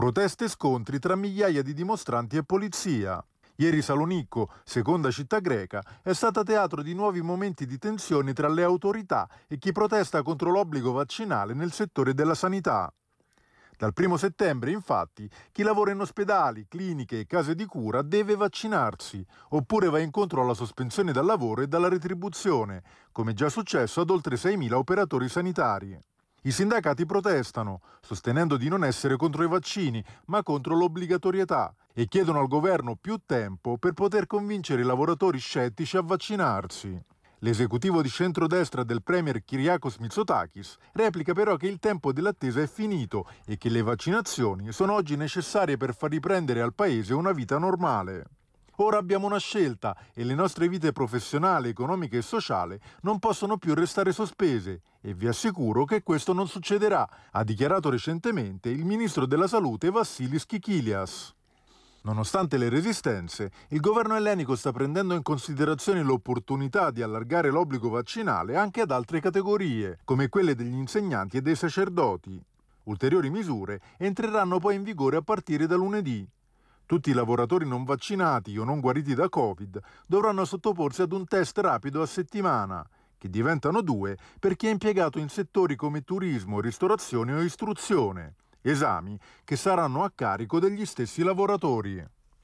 Proteste e scontri tra migliaia di dimostranti e polizia. Ieri Salonicco, seconda città greca, è stata teatro di nuovi momenti di tensione tra le autorità e chi protesta contro l'obbligo vaccinale nel settore della sanità. Dal 1° settembre, infatti, chi lavora in ospedali, cliniche e case di cura deve vaccinarsi, oppure va incontro alla sospensione dal lavoro e dalla retribuzione, come già successo ad oltre 6.000 operatori sanitari. I sindacati protestano, sostenendo di non essere contro i vaccini, ma contro l'obbligatorietà, e chiedono al governo più tempo per poter convincere i lavoratori scettici a vaccinarsi. L'esecutivo di centrodestra del premier Kyriakos Mitsotakis replica però che il tempo dell'attesa è finito e che le vaccinazioni sono oggi necessarie per far riprendere al paese una vita normale. Ora abbiamo una scelta e le nostre vite professionale, economica e sociale non possono più restare sospese e vi assicuro che questo non succederà, ha dichiarato recentemente il ministro della Salute Vassilis Kikylias. Nonostante le resistenze, il governo ellenico sta prendendo in considerazione l'opportunità di allargare l'obbligo vaccinale anche ad altre categorie, come quelle degli insegnanti e dei sacerdoti. Ulteriori misure entreranno poi in vigore a partire da lunedì. Tutti i lavoratori non vaccinati o non guariti da Covid dovranno sottoporsi ad un test rapido a settimana, che diventano 2 per chi è impiegato in settori come turismo, ristorazione o istruzione. Esami che saranno a carico degli stessi lavoratori.